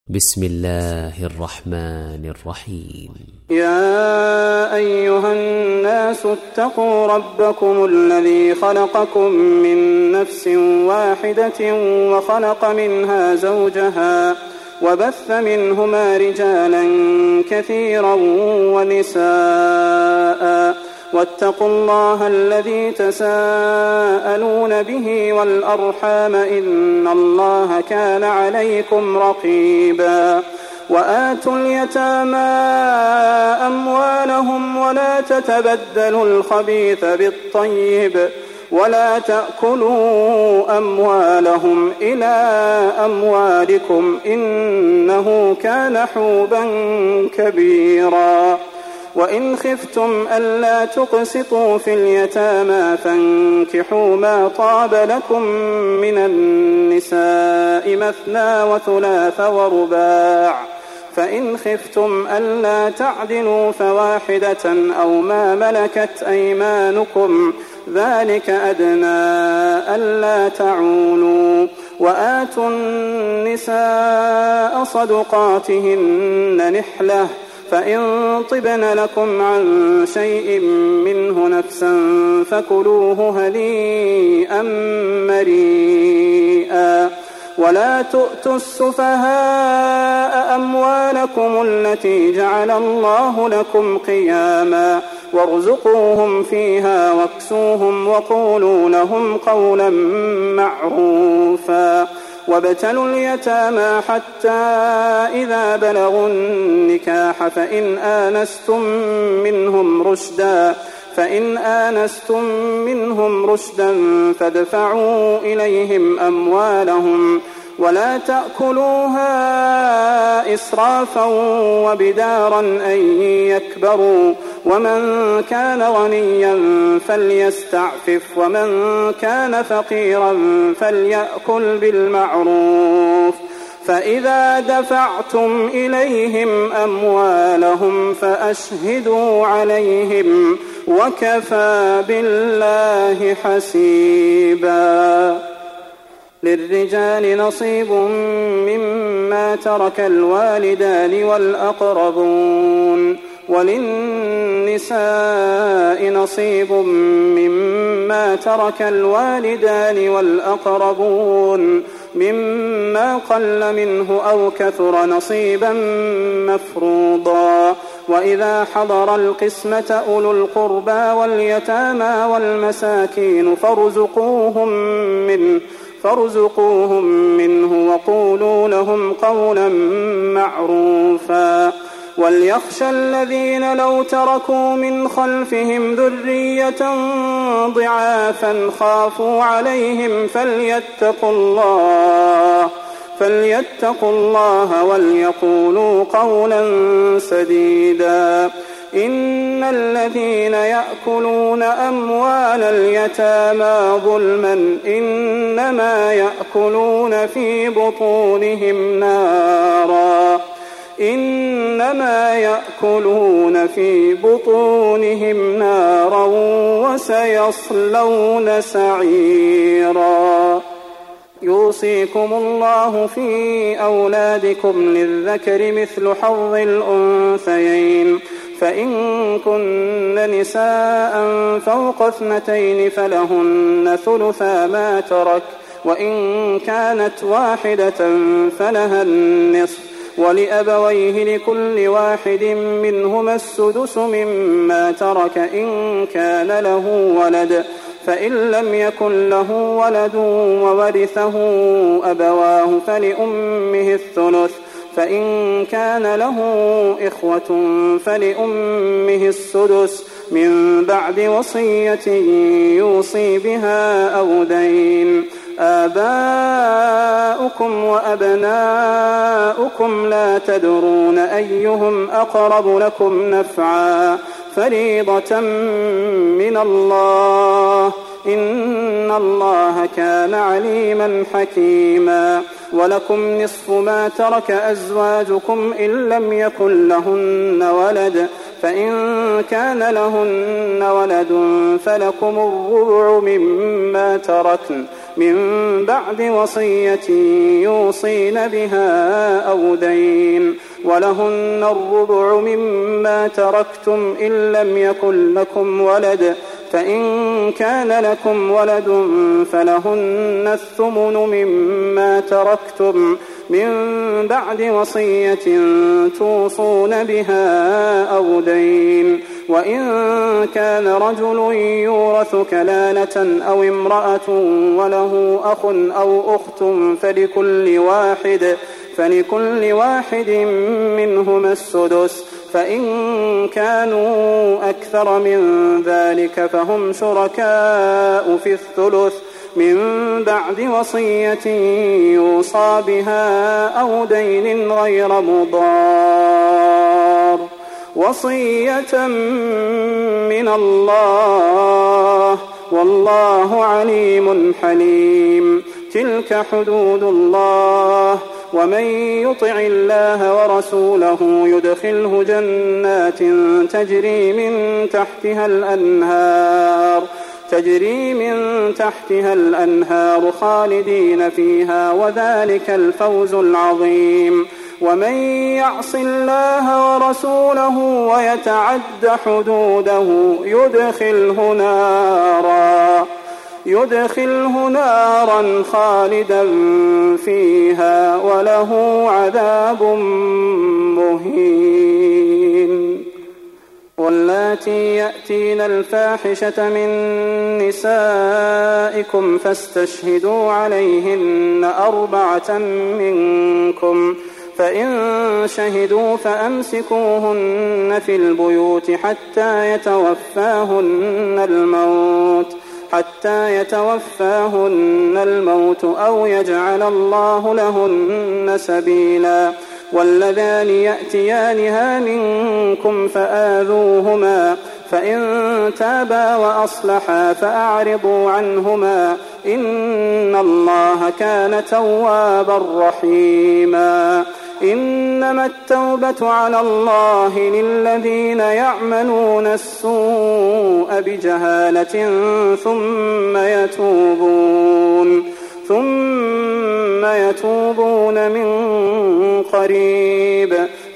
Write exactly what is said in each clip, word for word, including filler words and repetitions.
بسم الله الرحمن الرحيم. يا أيها الناس اتقوا ربكم الذي خلقكم من نفس واحدة وخلق منها زوجها وبث منهما رجالا كثيرا ونساء واتقوا الله الذي تساءلون به والأرحام إن الله كان عليكم رقيبا. وآتوا اليتامى أموالهم ولا تتبدلوا الخبيث بالطيب ولا تأكلوا أموالهم إلى أموالكم إنه كان حوبا كبيرا. وإن خفتم ألا تقسطوا في اليتامى فانكحوا ما طاب لكم من النساء مثنى وثلاث ورباع، فإن خفتم ألا تعدلوا فواحدة أو ما ملكت أيمانكم ذلك أدنى ألا تعولوا. وآتوا النساء صدقاتهن نحلة، فإن طبن لكم عن شيء منه نفسا فكلوه هنيئا مريئا. ولا تؤتوا السفهاء أموالكم التي جعل الله لكم قياما وارزقوهم فيها واكسوهم وقولوا لهم قولا معروفا. وابتلوا اليتامى حتى إذا بلغوا النكاح فإن آنستم منهم رشدا فإن آنستم منهم رشدا فادفعوا إليهم أموالهم ولا تأكلوها إسرافا وبدارا أن يكبروا. ومن كان غنيا فليستعفف ومن كان فقيرا فليأكل بالمعروف. فإذا دفعتم إليهم أموالهم فأشهدوا عليهم وكفى بالله حسيبا. للرجال نصيب مما ترك الوالدان والأقربون وللنساء نصيب مما ترك الوالدان والأقربون مما قل منه أو كثر نصيبا مفروضا. وإذا حضر القسمة أولو القربى واليتامى والمساكين فارزقوهم منه فارزقوهم منه وقولوا لهم قولا معروفا. وليخشى الذين لو تركوا من خلفهم ذرية ضعافا خافوا عليهم فليتقوا الله فليتقوا الله وليقولوا قولا سديدا. إن الذين يأكلون أموال اليتامى ظلما إنما يأكلون في بطونهم نارا إنما يأكلون في بطونهم نارا وسيصلون سعيرا. يوصيكم الله في أولادكم للذكر مثل حظ الأنثيين، فإن كن نساء فوق اثنتين فلهن ثلثا ما ترك، وإن كانت واحدة فلها النصف، ولأبويه لكل واحد منهما السدس مما ترك إن كان له ولد، فإن لم يكن له ولد وورثه أبواه فلأمه الثلث، فإن كان له إخوة فلأمه السدس من بعد وصية يوصي بها أو دين. آباؤكم وأبناؤكم لا تدرون أيهم أقرب لكم نفعا فريضة من الله إن الله كان عليما حكيما. ولكم نصف ما ترك أزواجكم إن لم يكن لهن ولد، فإن كان لهن ولد فلكم الربع مما تركن، من بعد وصية يوصين بها أو دين، ولهن الربع مما تركتم إن لم يكن لكم ولد، فإن كان لكم ولد فلهن الثمن مما تركتم من بعد وصية توصون بها أو دين. وإن كان رجل يورث كلالة أو امرأة وله أخ أو أخت فلكل واحد فلكل واحد منهما السدس، فإن كانوا أكثر من ذلك فهم شركاء في الثلث من بعد وصية يوصى بها أو دين غير مضار، وصية من الله، والله عليم حليم. تلك حدود الله، ومن يطع الله ورسوله يدخله جنات تجري من تحتها الأنهار تجري من تحتها الأنهار خالدين فيها، وذلك الفوز العظيم. ومن يعص الله ورسوله ويتعد حدوده يدخله نارا يدخله نارا خالدا فيها وله عذاب مهين. واللاتي يأتين الفاحشة من نسائكم فاستشهدوا عليهن أربعة منكم، فإن شهدوا فأمسكوهن في البيوت حتى يتوفاهن الموت حتى يتوفاهن الموت أو يجعل الله لهن سبيلا. واللذان يأتيانها منكم فآذوهما، فإن تابا وأصلحا فأعرضوا عنهما، إن الله كان توابا رحيما. إنما التوبة على الله للذين يعملون السوء بجهالة ثم يتوبون ثم يتوبون من قريب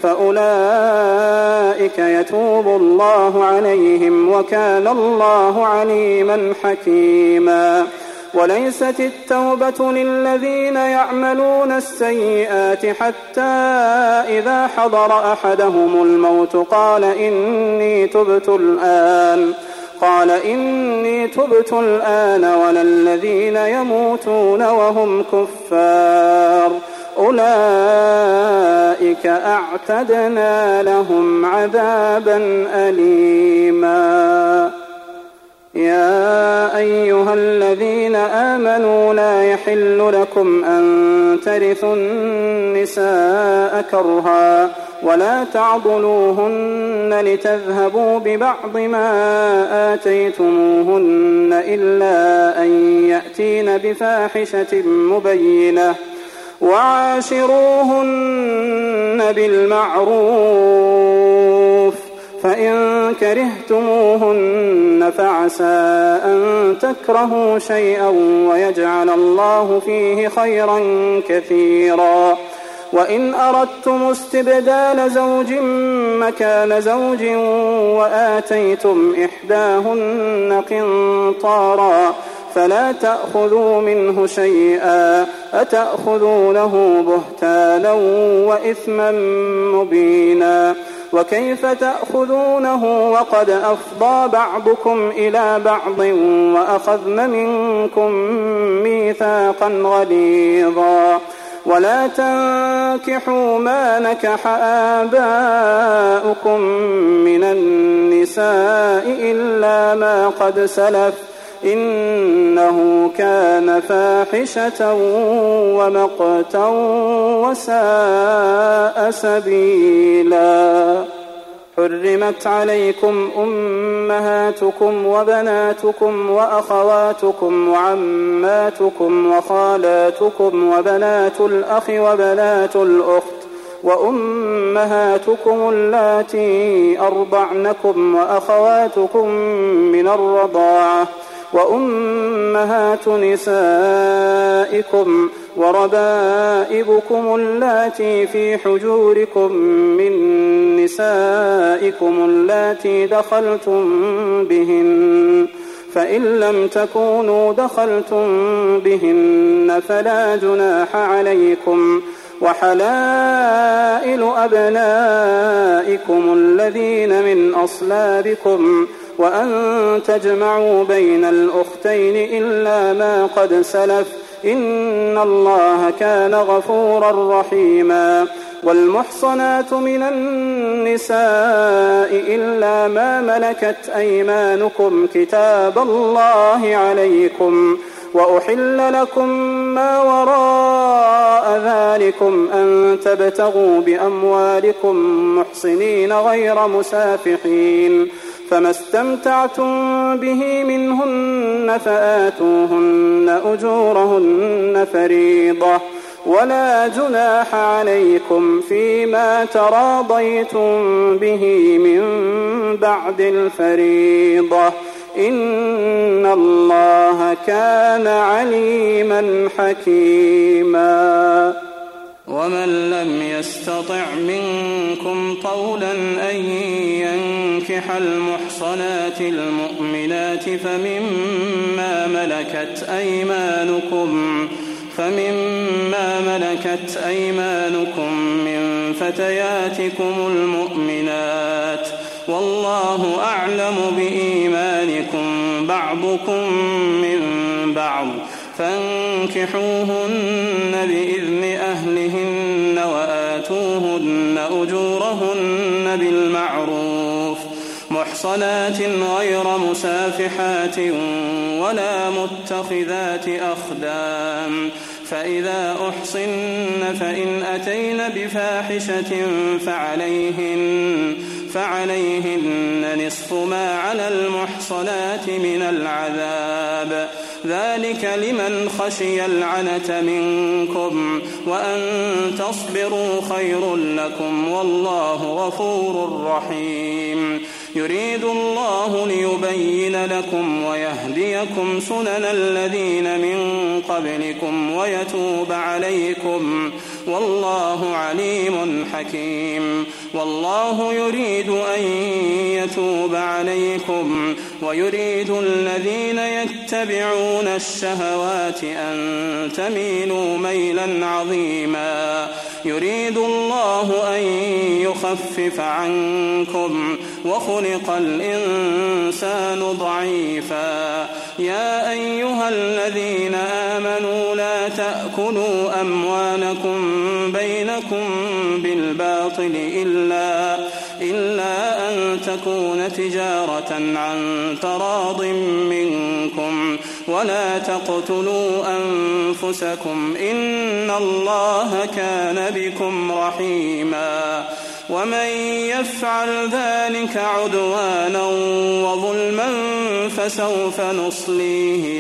فأولئك يتوب الله عليهم، وكان الله عليما حكيما. وليست التوبة للذين يعملون السيئات حتى إذا حضر أحدهم الموت قال إني تبت الآن قال إني تبت الآن ولا الذين يموتون وهم كفار، أولئك أعتدنا لهم عذابا أليما. يا أيها الذين آمنوا لا يحل لكم أن ترثوا النساء كرها ولا تعضلوهن لتذهبوا ببعض ما آتيتموهن إلا أن يأتين بفاحشة مبينة، وعاشروهن بالمعروف، فإن كرهتموهن فعسى أن تكرهوا شيئا ويجعل الله فيه خيرا كثيرا. وإن أردتم استبدال زوج مكان زوج وآتيتم إحداهن قنطارا فلا تأخذوا منه شيئا، أتأخذونه بهتانا وإثما مبينا. وكيف تأخذونه وقد أفضى بعضكم إلى بعض وأخذن منكم ميثاقا غليظا. ولا تنكحوا ما نكح آباؤكم من النساء إلا ما قد سلف، إنه كان فاحشة ومقتا وساء سبيلا. حرمت عليكم أمهاتكم وبناتكم وأخواتكم وعماتكم وخالاتكم وبنات الأخ وبنات الأخت وأمهاتكم اللاتي أرضعنكم وأخواتكم من الرضاعة وأمهات نسائكم وربائبكم اللاتي في حجوركم من نسائكم اللاتي دخلتم بهن، فإن لم تكونوا دخلتم بهن فلا جناح عليكم، وحلائل أبنائكم الذين من أصلابكم، وأن تجمعوا بين الأختين إلا ما قد سلف، إن الله كان غفورا رحيما. والمحصنات من النساء إلا ما ملكت أيمانكم كتاب الله عليكم، وأحل لكم ما وراء ذلكم أن تبتغوا بأموالكم محصنين غير مسافحين، فما استمتعتم به منهن فآتوهن أجورهن فريضة، ولا جناح عليكم فيما تراضيتم به من بعد الفريضة، إن الله كان عليما حكيما. ومن لم يستطع منكم طولا أن ينكح المحصنات المؤمنات فمما ملكت أيمانكم فمما ملكت أيمانكم من فتياتكم المؤمنات، والله أعلم بإيمانكم بعضكم من بعض، فانكحوهن بإذن أهلهن وآتوهن أجورهن بالمعروف محصنات غير مسافحات ولا متخذات أخدان، فإذا أحصن فإن أتين بفاحشة فعليهن فعليهن نصف ما على المحصنات من العذاب، ذلك لمن خشي العنة منكم، وأن تصبروا خير لكم، والله غفور رحيم. يريد الله ليبين لكم ويهديكم سنن الذين من قبلكم ويتوب عليكم، والله عليم حكيم. والله يريد أن يتوب عليكم ويريد الذين يتبعون الشهوات أن تميلوا ميلا عظيما. يريد الله أن يخفف عنكم وخلق الإنسان ضعيفا. يا أيها الذين آمنوا لا تأكلوا أموالكم بينكم بالباطل إلا, إلا أن تكون تجارة عن تراض منكم، ولا تقتلوا أنفسكم إن الله كان بكم رحيما. ومن يفعل ذلك عدوانا وظلما فسوف نصليه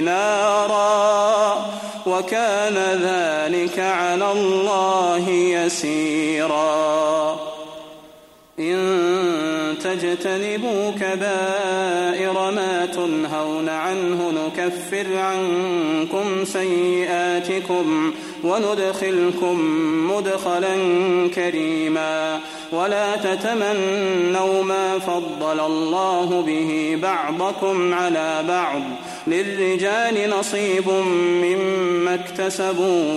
نارا، وكان ذلك على الله يسيرا. إن تجتنبوا كبائر ما تنهون عنه نكفر عنكم سيئاتكم وندخلكم مدخلا كريما. ولا تتمنوا ما فضل الله به بعضكم على بعض، للرجال نصيب مما اكتسبوا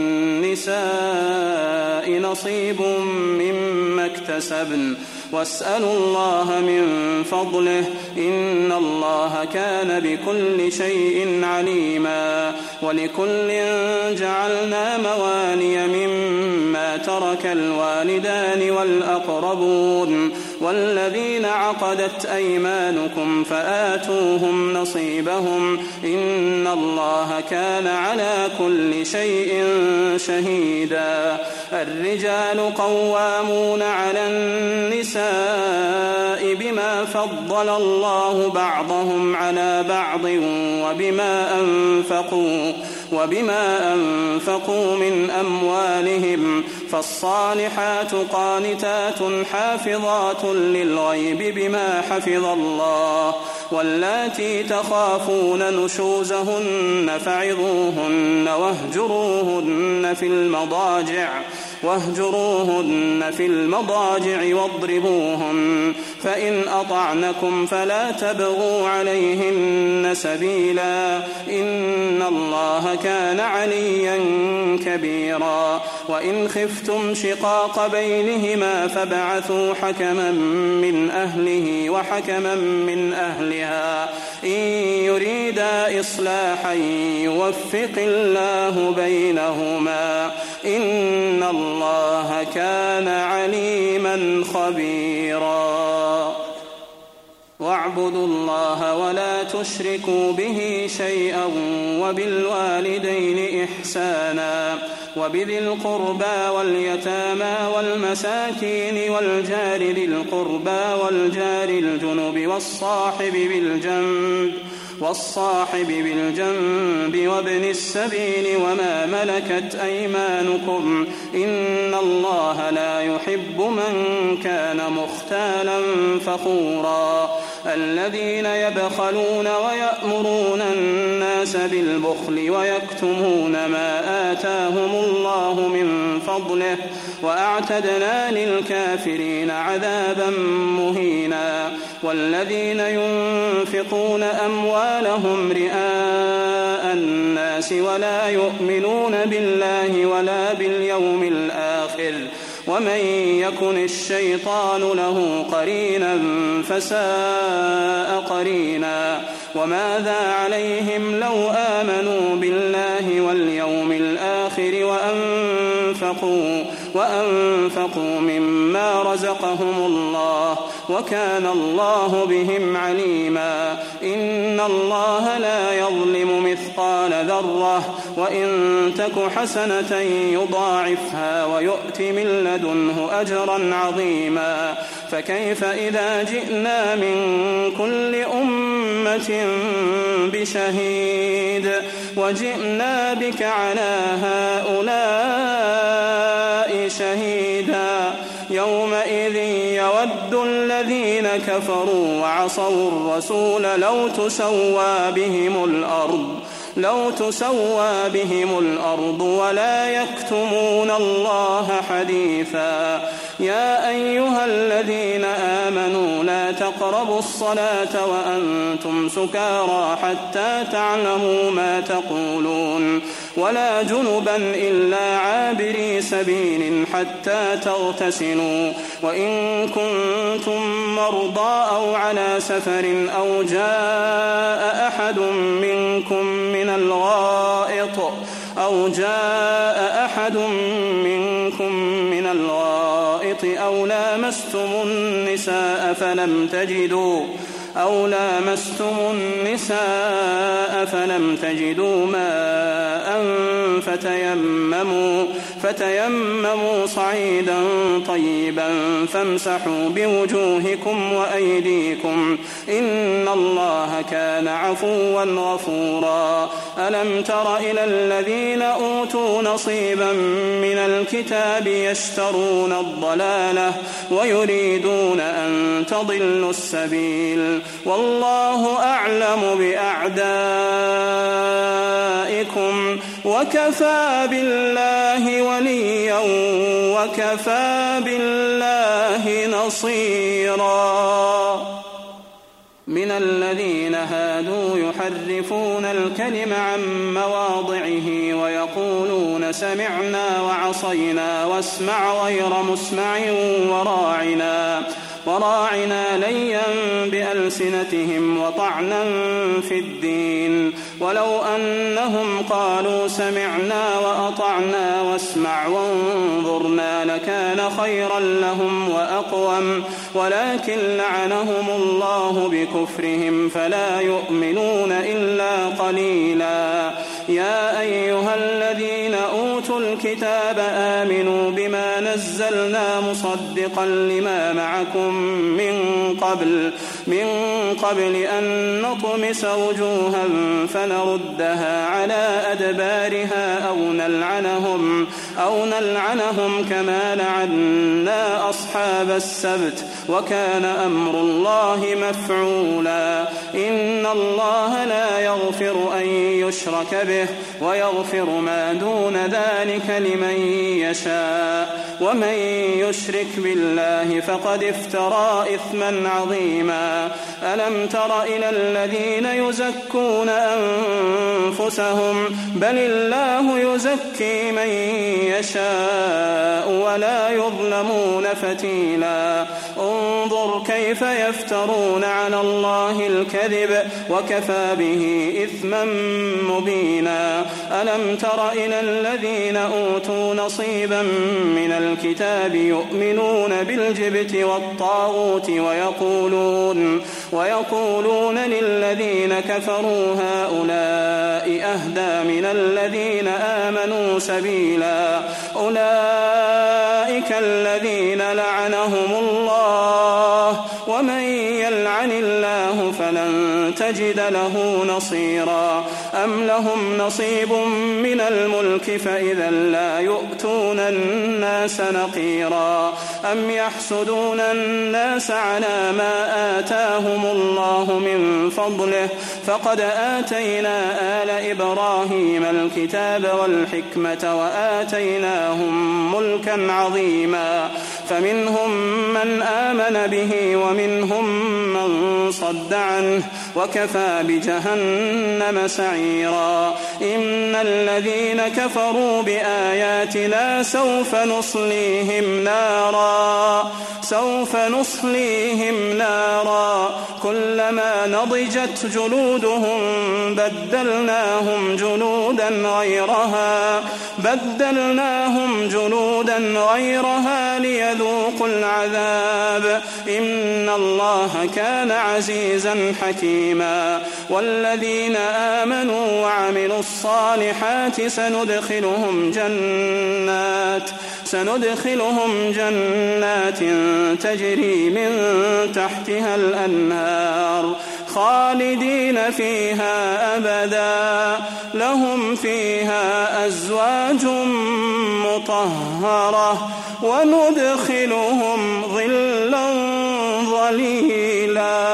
وللنساء نصيب مما اكتسبن، واسألوا الله من فضله إن الله كان بكل شيء عليما. ولكل جعلنا موالي مما ترك الوالدان والأقربون والذين عقدت أيمانكم فآتوهم نصيبهم إن الله كان على كل شيء شهيدا. الرجال قوامون على النساء بما فضل الله بعضهم على بعض وبما أنفقوا وبما أنفقوا من أموالهم، فالصالحات قانتات حافظات للغيب بما حفظ الله واللاتي تخافون نشوزهن فعظوهن واهجروهن في المضاجع واهجروهن في المضاجع واضربوهن فإن أطعنكم فلا تبغوا عليهن سبيلا إن الله كان عليا كبيرا وإن خفتم شقاق بينهما فابعثوا حكما من أهله وحكما من أهلها إن يريدا إصلاحا يوفق الله بينهما إن الله كان عليما خبيرا واعبدوا الله ولا تشركوا به شيئا وبالوالدين إحسانا وبذي القربى واليتامى والمساكين والجار ذي القربى والجار الجنب والصاحب بالجنب والصاحب بالجنب وابن السبيل وما ملكت أيمانكم إن الله لا يحب من كان مختالا فخورا الذين يبخلون ويأمرون الناس بالبخل ويكتمون ما آتاهم الله من فضله وأعتدنا للكافرين عذابا مهينا والذين ينفقون أموالهم رئاء الناس ولا يؤمنون بالله ولا باليوم الآخر ومن يكن الشيطان له قرينا فساء قرينا وماذا عليهم لو آمنوا بالله واليوم الآخر وأنفقوا, وأنفقوا مما رزقهم الله وكان الله بهم عليما إن الله لا يظلم مثقال ذرة وإن تك حسنة يضاعفها ويؤت من لدنه أجرا عظيما فكيف إذا جئنا من كل أمة بشهيد وجئنا بك على هؤلاء شهيدا يومئذ يود الذين كفروا وعصوا الرسول لو تسوى بهم الأرض لو تسوى بهم الأرض ولا يكتمون الله حديثا يا أيها الذين آمنوا لا تقربوا الصلاة وأنتم سكارى حتى تعلموا ما تقولون ولا جنبا إلا عابري سبيل حتى تغتسلوا وإن كنتم مرضى أو على سفر أو جاء أحد منكم من الغائط أو جاء أحد منكم من الغائط أو لامستم النساء فلم تجدوا أو لامستم النساء فلم تجدوا ماء فتيمموا, فتيمموا صعيدا طيبا فامسحوا بوجوهكم وأيديكم إن الله كان عفوا غفورا ألم تر إلى الذين أوتوا نصيبا من الكتاب يشترون الضلالة ويريدون أن تضلوا السبيل والله أعلم بأعدائكم وكفى بالله وليا وكفى بالله نصيرا من الذين هادوا يحرفون الكلم عن مواضعه ويقولون سمعنا وعصينا واسمع غير مسمع وراعنا وراعنا ليا بألسنتهم وطعنا في الدين ولو أنهم قالوا سمعنا وأطعنا واسمع وانظرنا لكان خيرا لهم وأقوم ولكن لعنهم الله بكفرهم فلا يؤمنون إلا قليلا يا أيها الذين أوتوا الكتاب آمنوا بما نزلنا مصدقا لما معكم من قبل من قبل أن نطمس وجوها فنردها على أدبارها أو نلعنهم أو نلعنهم كما لعنا أصحاب السبت وكان أمر الله مفعولا إن الله لا يغفر أن يشرك به ويغفر ما دون ذلك لمن يشاء ومن يشرك بالله فقد افترى إثما عظيما ألم تر إلى الذين يزكون أنفسهم بل الله يزكي من يشاء ولا يظلمون فتيلا انظر كيف يفترون على الله الكذب وكفى به إثما مبينا ألم تر إلى الذين أوتوا نصيبا من الكتاب يؤمنون بالجبت والطاغوت ويقولون, ويقولون للذين كفروا هؤلاء أهدى من الذين آمنوا سبيلا أولئك الذين لعنهم الله ومن يلعن الله فلن تجد له نصيرا أم لهم نصيب من الملك فإذا لا يؤتون الناس نقيرا أم يحسدون الناس على ما آتاهم الله من فضله فقد آتينا آل إبراهيم الكتاب والحكمة وآتيناهم ملكا عظيما فمنهم من آمن به ومنهم من صد عنه وكفى بجهنم سعيرا إن الذين كفروا بآياتنا سوف نصليهم نارا سوف نصليهم نارا كلما نضجت جلودهم بدلناهم جلودا غيرها بدلناهم جلودا غيرها ليذوقوا العذاب إن الله كان عزيزا حكيما والذين آمنوا وعملوا الصالحات سندخلهم جنات سندخلهم جنات تجري من تحتها الأنهار خالدين فيها أبدا لهم فيها أزواج مطهرة وندخلهم ظلا ظليلا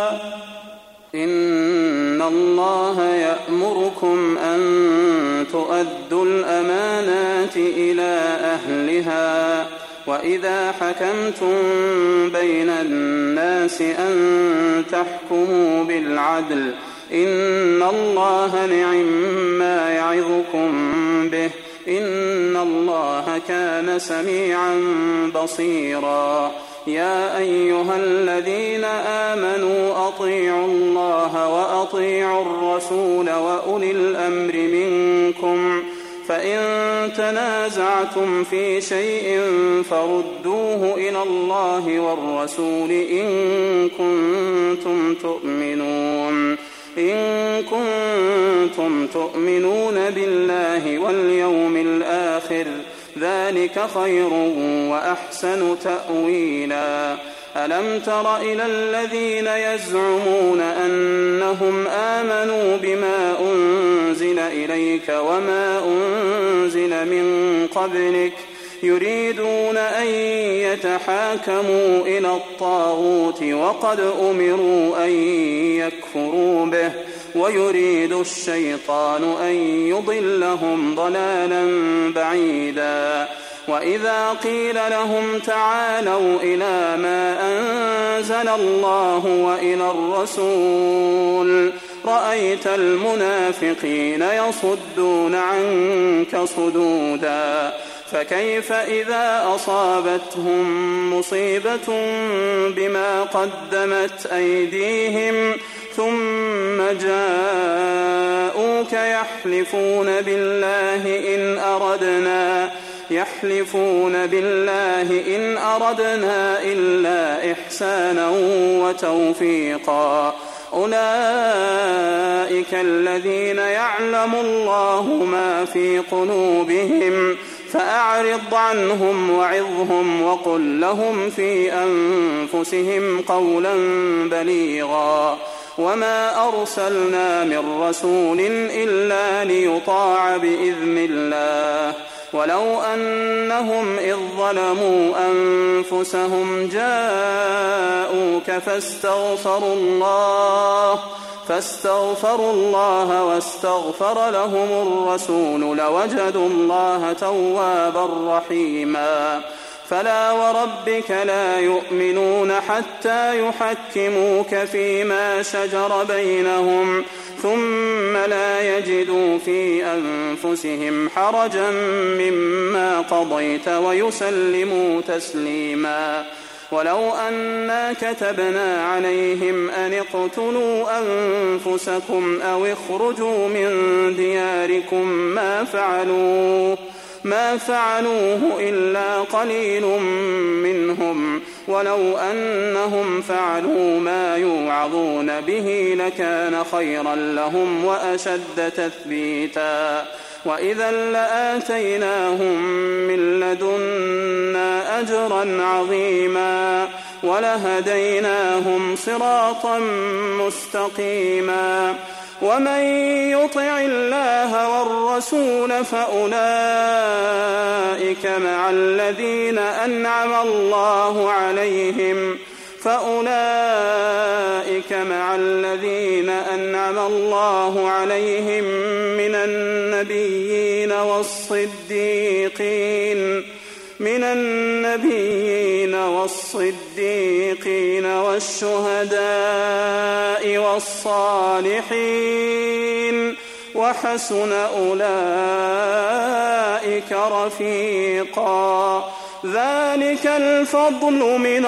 إن الله يأمركم أن تؤدوا الأمانات إلى أهلها وإذا حكمتم بين الناس أن تحكموا بالعدل إن الله نعما يعظكم به إن الله كان سميعا بصيرا يا أيها الذين آمنوا أطيعوا الله وأطيعوا الرسول وأولي الأمر منكم فإن تنازعتم في شيء فردوه إلى الله والرسول إن كنتم تؤمنون إن كنتم تؤمنون بالله واليوم الآخر ذلك خير وأحسن تأويلا ألم تر إلى الذين يزعمون أنهم آمنوا بما أنزل إليك وما أنزل من قبلك يريدون أن يتحاكموا إلى الطاغوت وقد أمروا أن يكفروا به ويريد الشيطان أن يضلهم ضلالا بعيدا وإذا قيل لهم تعالوا إلى ما أنزل الله وإلى الرسول رأيت المنافقين يصدون عنك صدودا فكيف إذا أصابتهم مصيبة بما قدمت أيديهم ثم جاءوك يحلفون بالله إن أردنا يحلفون بالله إن أردنا إلا إحسانا وتوفيقا أولئك الذين يعلم الله ما في قلوبهم فأعرض عنهم وعظهم وقل لهم في أنفسهم قولا بليغا وما أرسلنا من رسول إلا ليطاع بإذن الله ولو أنهم إذ ظلموا أنفسهم جاءوك فاستغفروا الله فاستغفروا الله واستغفر لهم الرسول لوجدوا الله توابا رحيما فلا وربك لا يؤمنون حتى يحكموك فيما شجر بينهم ثم لا يجدوا في أنفسهم حرجا مما قضيت ويسلموا تسليما ولو أنا كتبنا عليهم أن اقتلوا أنفسكم أو اخرجوا من دياركم ما فعلوه ما فعلوه إلا قليل منهم ولو أنهم فعلوا ما يوعظون به لكان خيرا لهم وأشد تثبيتا وإذا لآتيناهم من لدنا أجرا عظيما ولهديناهم صراطا مستقيما ومن يطع الله والرسول فأولئك مع الذين أنعم الله عليهم فأولئك مع الذين أنعم الله عليهم من النبيين والصديقين من النبيين والصديقين والشهداء والصالحين وحسن أولئك رفيقا ذلك الفضل من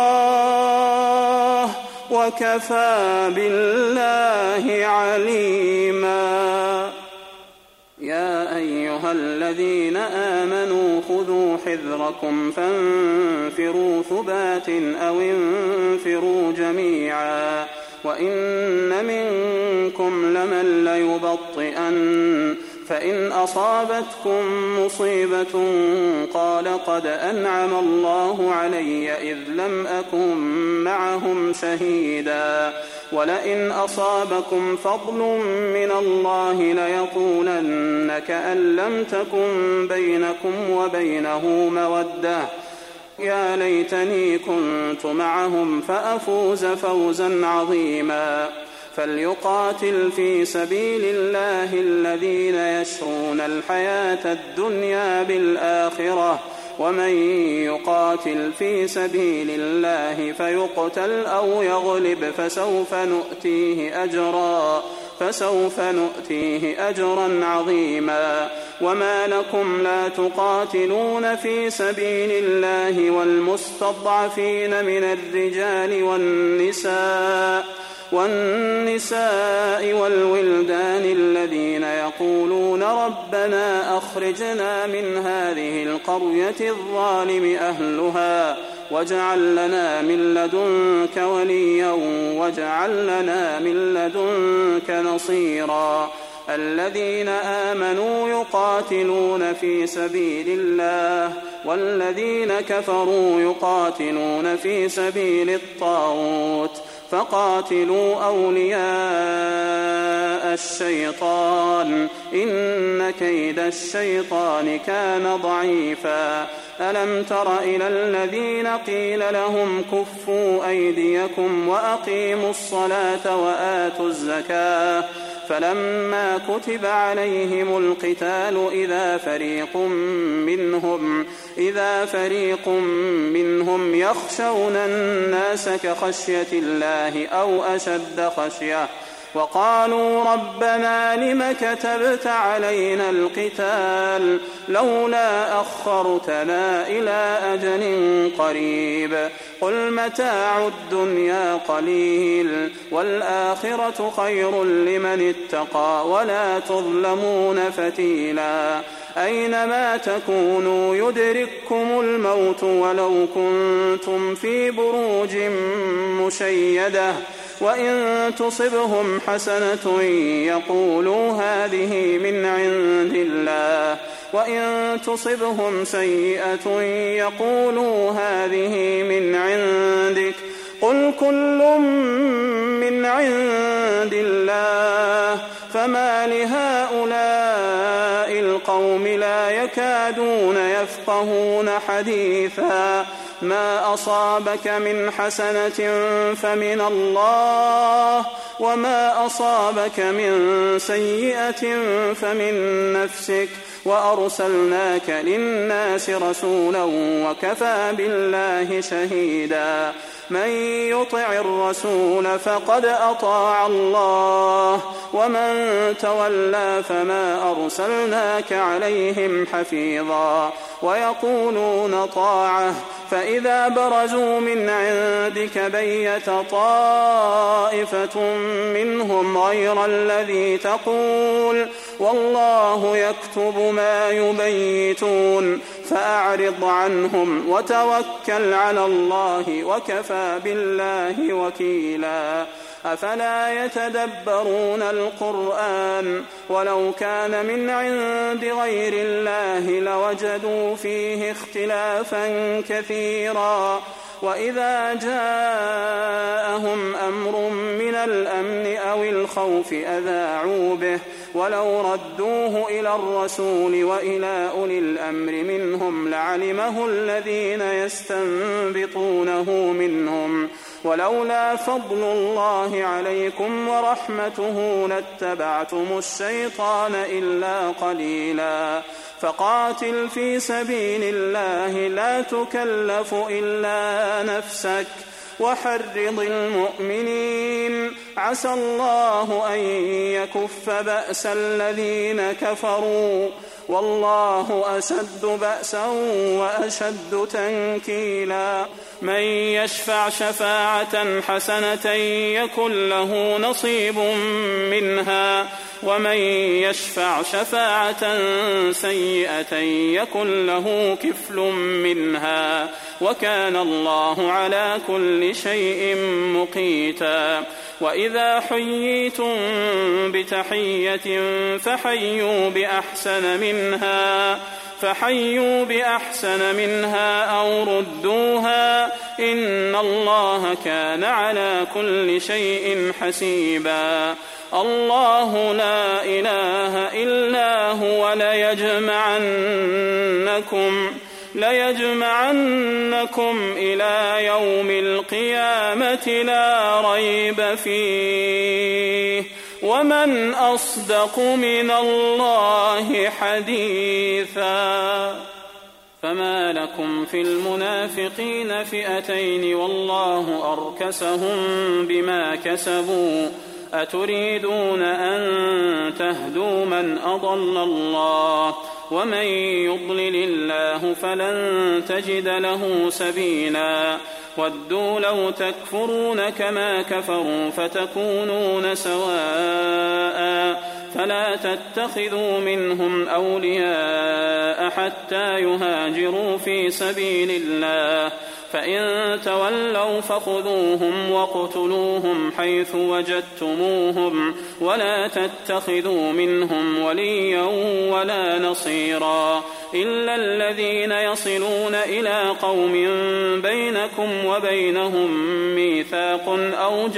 الله وكفى بالله عليما يا أيها الذين آمنوا خذوا حذركم فانفروا ثبات أو انفروا جميعا وإن منكم لمن ليبطئن فإن أصابتكم مصيبة قال قد أنعم الله علي إذ لم أكن معهم شهيدا ولئن أصابكم فضل من الله ليقولن كأن لم تكن بينكم وبينه مودة يا ليتني كنت معهم فأفوز فوزا عظيما فليقاتل في سبيل الله الذين يشرون الحياة الدنيا بالآخرة ومن يقاتل في سبيل الله فيقتل أو يغلب فسوف نؤتيه أجرا فسوف نؤتيه أجرا عظيما وما لكم لا تقاتلون في سبيل الله والمستضعفين من الرجال والنساء والنساء والولدان الذين يقولون ربنا أخرجنا من هذه القرية الظالم أهلها واجعل لنا من لدنك وليا واجعل لنا من لدنك نصيرا الذين آمنوا يقاتلون في سبيل الله والذين كفروا يقاتلون في سبيل الطاغوت فقاتلوا أولياء الشيطان إن كيد الشيطان كان ضعيفا ألم تر إلى الذين قيل لهم كفوا أيديكم وأقيموا الصلاة وآتوا الزكاة فلما كتب عليهم القتال إذا فريق منهم إذا فريق منهم يخشون الناس كخشية الله أو أشد خشية وقالوا ربنا لم كتبت علينا القتال لولا أخرتنا إلى أجل قريب قل متاع الدنيا قليل والآخرة خير لمن اتقى ولا تظلمون فتيلا أينما تكونوا يدرككم الموت ولو كنتم في بروج مشيدة وإن تصبهم حسنة يقولوا هذه من عند الله وإن تصبهم سيئة يقولوا هذه من عندك قل كل من عند الله فما لهؤلاء القوم لا يكادون يفقهون حديثا ما أصابك من حسنة فمن الله وما أصابك من سيئة فمن نفسك وأرسلناك للناس رسولا وكفى بالله شهيدا من يطع الرسول فقد أطاع الله ومن تولى فما أرسلناك عليهم حفيظا ويقولون طاعة فإذا برزوا من عندك بيت طائفة منهم غير الذي تقول والله يكتب ما يبيتون فأعرض عنهم وتوكل على الله وكفى بالله وكيلا أفلا يتدبرون القرآن ولو كان من عند غير الله لوجدوا فيه اختلافا كثيرا وإذا جاءهم أمر من الأمن أو الخوف أذاعوا به ولو ردوه إلى الرسول وإلى أولي الأمر منهم لعلمه الذين يستنبطونه منهم ولولا فضل الله عليكم ورحمته لاتبعتم الشيطان إلا قليلا فقاتل في سبيل الله لا تكلف إلا نفسك وحرض المؤمنين عسى الله أن يكف بأس الذين كفروا والله أشد بأسا وأشد تنكيلا من يشفع شفاعة حسنة يكن له نصيب منها ومن يشفع شفاعة سيئة يكن له كفل منها وكان الله على كل شيء مقيتا وإذا حييتم بتحية فحيوا بأحسن منها فحيوا بأحسن منها أو ردوها إن الله كان على كل شيء حسيبا الله لا إله إلا هو ليجمعنكم ليجمعنكم إلى يوم القيامة لا ريب فيه ومن أصدق من الله حديثا فما لكم في المنافقين فئتين والله أركسهم بما كسبوا أتريدون أن تهدوا من أضل الله ومن يضلل الله فلن تجد له سبيلا ودوا لو تكفرون كما كفروا فتكونون سواء فلا تتخذوا منهم أولياء حتى يهاجروا في سبيل الله فإن تولوا فخذوهم واقتلوهم حيث وجدتموهم ولا تتخذوا منهم وليا ولا نصيرا إلا الذين يصلون إلى قوم بينكم وبينهم ميثاق أو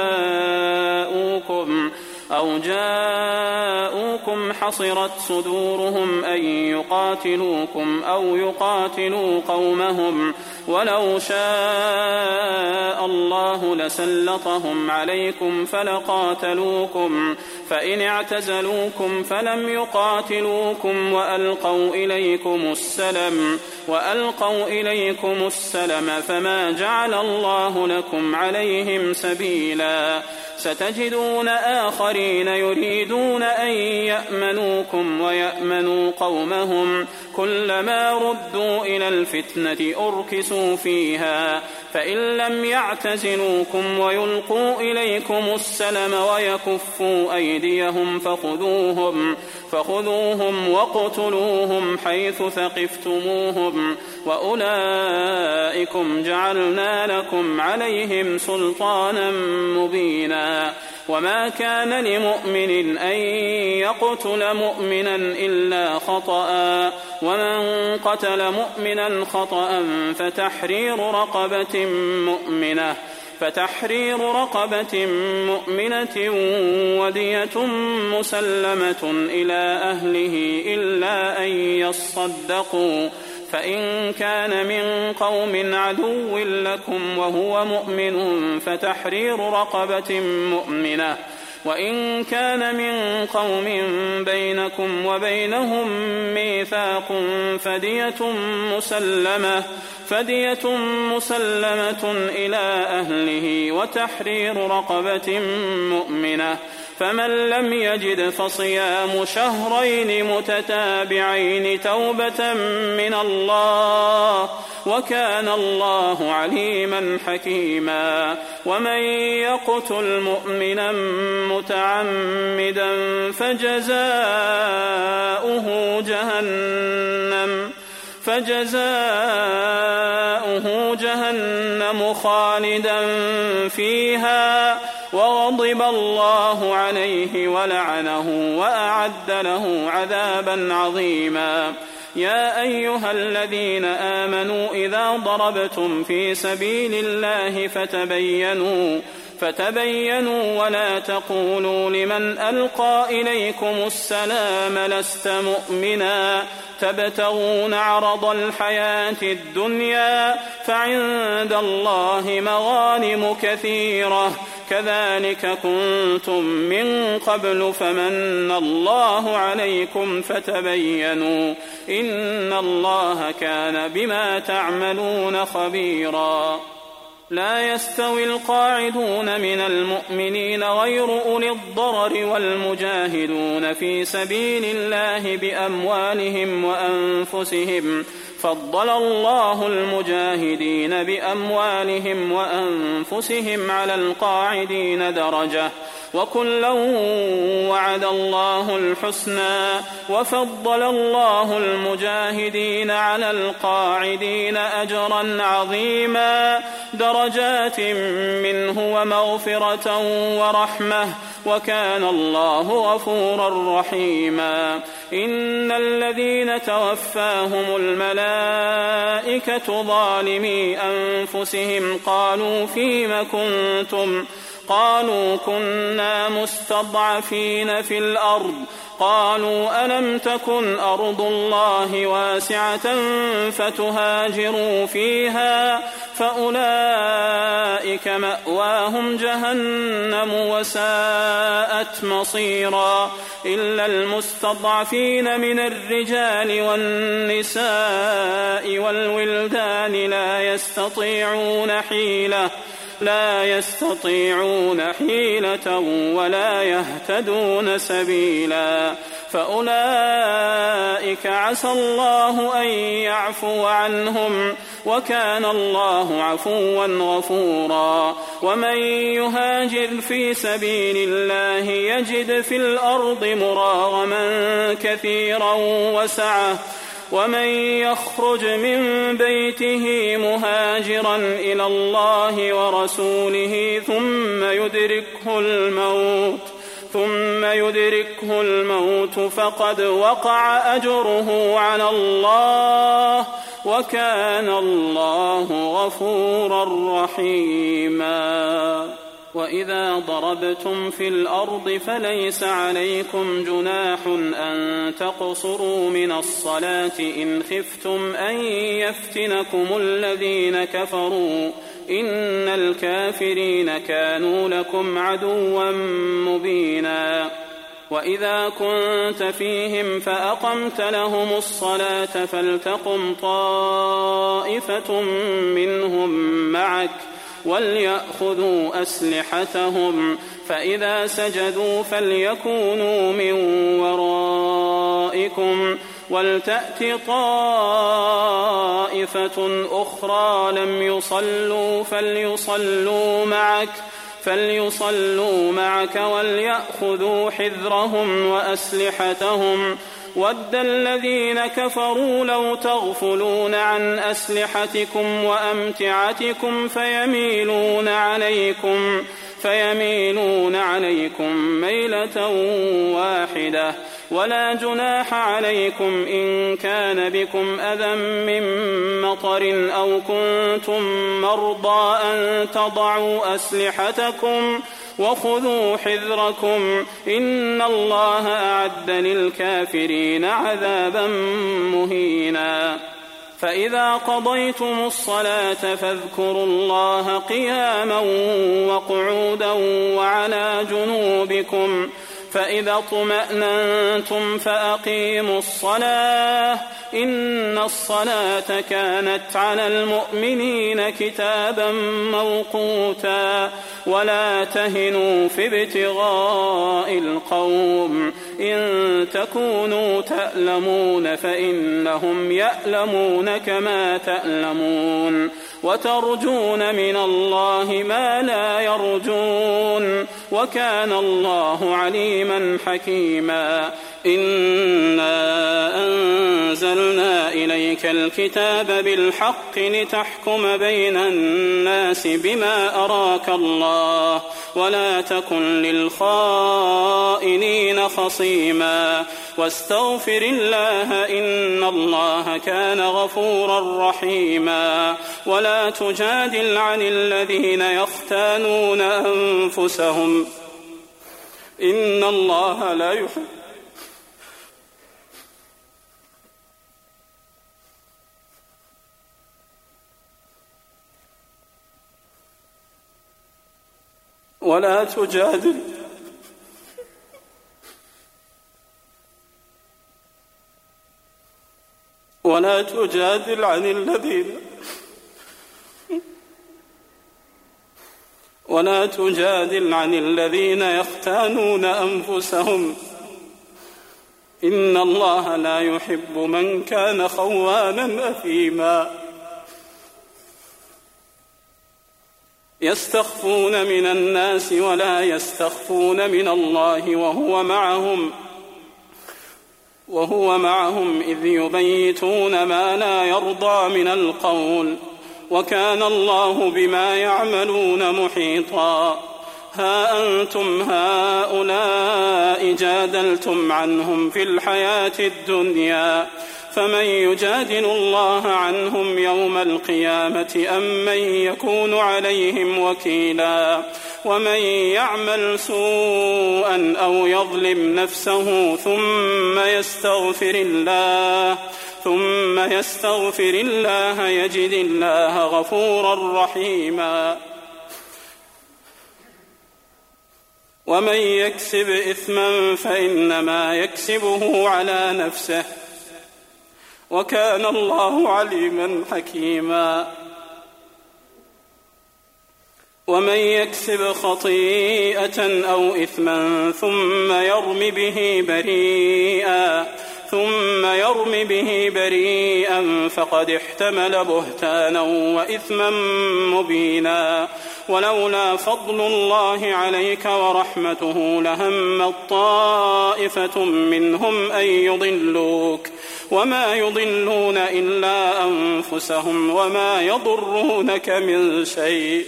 جاءوكم أو جاءوكم حصرت صدورهم أن يقاتلوكم أو يقاتلوا قومهم ولو شاء الله لسلطهم عليكم فلقاتلوكم فإن اعتزلوكم فلم يقاتلوكم وألقوا إليكم السلم وألقوا إليكم السلم فما جعل الله لكم عليهم سبيلا ستجدون آخرين يريدون أن يأمنوكم ويأمنوا قومهم كلما ردوا إلى الفتنة أركسوا فيها فإن لم يعتزلوكم ويلقوا إليكم السلم ويكفوا أيديهم فخذوهم فخذوهم واقتلوهم حيث ثقفتموهم وأولئكم جعلنا لكم عليهم سلطانا مبينا وما كان لمؤمن أن يقتل مؤمنا إلا خطأ ومن قتل مؤمنا خطأ فتحرير رقبة مؤمنة فتحرير رقبة مؤمنة ودية مسلمة إلى أهله إلا أن يصدقوا، فإن كان من قوم عدو لكم وهو مؤمن فتحرير رقبة مؤمنة، وإن كان من قوم بينكم وبينهم ميثاق فدية مسلمة فدية مسلمة إلى أهله وتحرير رقبة مؤمنة، فمن لم يجد فصيام شهرين متتابعين توبة من الله، وكان الله عليما حكيما. ومن يقتل مؤمنا متعمدا فجزاؤه جهنم فجزاؤه جهنم خالدا فيها وغضب الله عليه ولعنه وأعد له عذابا عظيما. يا أيها الذين آمنوا إذا ضربتم في سبيل الله فتبينوا فتبينوا ولا تقولوا لمن ألقى إليكم السلام لست مؤمنا تبتغون عرض الحياة الدنيا فعند الله مغانم كثيرة كذلك كنتم من قبل فمن الله عليكم فتبينوا إن الله كان بما تعملون خبيرا. لا يستوي القاعدون من المؤمنين غير أولي الضرر والمجاهدون في سبيل الله بأموالهم وأنفسهم، فضل الله المجاهدين بأموالهم وأنفسهم على القاعدين درجة، وكلا وعد الله الحسنى، وفضل الله المجاهدين على القاعدين أجرا عظيما درجات منه ومغفرة ورحمة، وكان الله غفورا رحيما. إن الذين توفاهم الملائكة ظالمي أنفسهم قالوا فيم كنتم قالوا كنا مستضعفين في الأرض قالوا ألم تكن أرض الله واسعة فتهاجروا فيها فأولئك مأواهم جهنم وساءت مصيرا. إلا المستضعفين من الرجال والنساء والولدان لا يستطيعون حيلة لا يستطيعون حيلة ولا يهتدون سبيلا، فأولئك عسى الله أن يعفو عنهم، وكان الله عفوا غفورا. ومن يهاجر في سبيل الله يجد في الأرض مراغما كثيرا وسعة، ومن يخرج من بيته مهاجرا إلى الله ورسوله ثم يدركه الموت ثم يدركه الموت فقد وقع أجره على الله، وكان الله غفورا رحيما. وإذا ضربتم في الأرض فليس عليكم جناح أن تقصروا من الصلاة إن خفتم أن يفتنكم الذين كفروا إن الكافرين كانوا لكم عدوا مبينا. وإذا كنت فيهم فأقمت لهم الصلاة فلتقم طائفة منهم معك وليأخذوا أسلحتهم، فإذا سجدوا فليكونوا من ورائكم ولتأت طائفة أخرى لم يصلوا فليصلوا معك فليصلوا معك وليأخذوا حذرهم وأسلحتهم. ود الذين كفروا لو تغفلون عن أسلحتكم وأمتعتكم فيميلون عليكم فيميلون عليكم ميلة واحدة ولا جناح عليكم إن كان بكم أذى من مطر أو كنتم مرضى أن تضعوا أسلحتكم وخذوا حذركم إن الله أعد للكافرين عذابا مهينا. فإذا قضيتم الصلاة فاذكروا الله قياما وقعودا وعلى جنوبكم فإذا اطمأننتم فأقيموا الصلاة إن الصلاة كانت على المؤمنين كتابا موقوتا. ولا تهنوا في ابتغاء القوم إن تكونوا تألمون فإنهم يألمون كما تألمون وترجون من الله ما لا يرجون وكان الله عليما حكيما. إنا أنزلنا إليك الكتاب بالحق لتحكم بين الناس بما أراك الله ولا تكن للخائنين خصيما واستغفر الله إن الله كان غفورا رحيما. ولا تجادل عن الذين يختانون أنفسهم إن الله لا يحب ولا تجادل ولا تجادل عن الذين ولا تجادل عن الذين يختانون أنفسهم إن الله لا يحب من كان خوانا أثيما. يستخفون من الناس ولا يستخفون من الله وهو معهم وهو معهم إذ يبيتون ما لا يرضى من القول وكان الله بما يعملون محيطا. ها أنتم هؤلاء جادلتم عنهم في الحياة الدنيا فمن يجادل الله عنهم يوم القيامة أم من يكون عليهم وكيلا. ومن يعمل سوءا أو يظلم نفسه ثم يستغفر الله ثم يستغفر الله يجد الله غفورا رحيما. ومن يكسب إثما فإنما يكسبه على نفسه وكان الله عليما حكيما. ومن يكسب خطيئة أو إثما ثم يرم به بريئا ثم يرم به بريئا فقد احتمل بهتانا وإثما مبينا. ولولا فضل الله عليك ورحمته لهمت طائفة منهم أن يضلوك وما يضلون إلا أنفسهم وما يضرونك من شيء.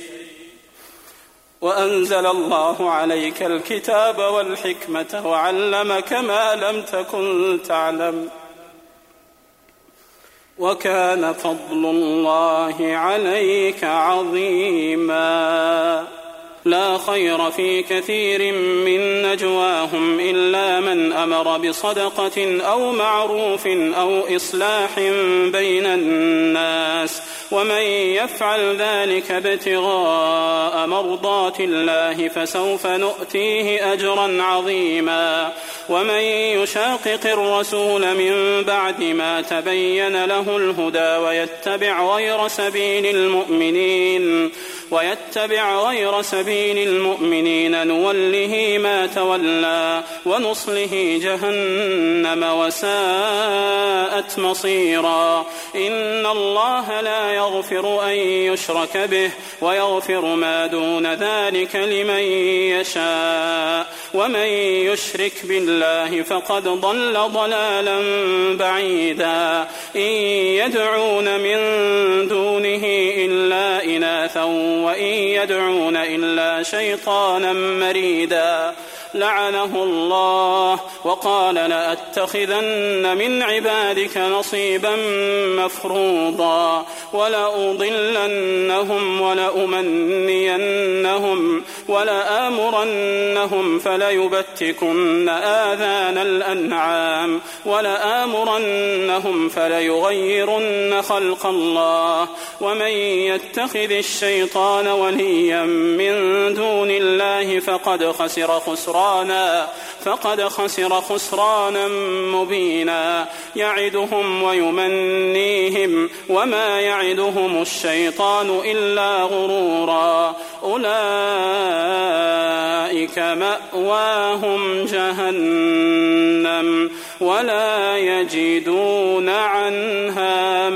وأنزل الله عليك الكتاب والحكمة وعلمك ما لم تكن تعلم وكان فضل الله عليك عظيما. لا خير في كثير من نجواهم إلا من أمر بصدقة أو معروف أو إصلاح بين الناس ومن يفعل ذلك ابتغاء مرضات الله فسوف نؤتيه أجرا عظيما. ومن يشاقق الرسول من بعد ما تبين له الهدى ويتبع غير سبيل المؤمنين ويتبع غير سبيل المؤمنين نوله ما تولى ونصله جهنم وساءت مصيرا. إن الله لا يغفر أن يشرك به ويغفر ما دون ذلك لمن يشاء ومن يشرك بالله فقد ضل ضلالا بعيدا. إن يدعون من دونه إلا إناثا وإن يدعون إلا شيطانا مريدا. لعنه الله وقال لأتخذن من عبادك نصيبا مفروضا ولأضلنهم ولأمنينهم ولآمرنهم فليبتكن آذان الأنعام ولآمرنهم فليغيرن خلق الله ومن يتخذ الشيطان وليا من دون الله فقد خسر خسرانا فقد خسر خسرانا مبينا يعدهم ويمنيهم وما يعدهم الشيطان إلا غرورا أولئك مأواهم جهنم ولا يجدون عنها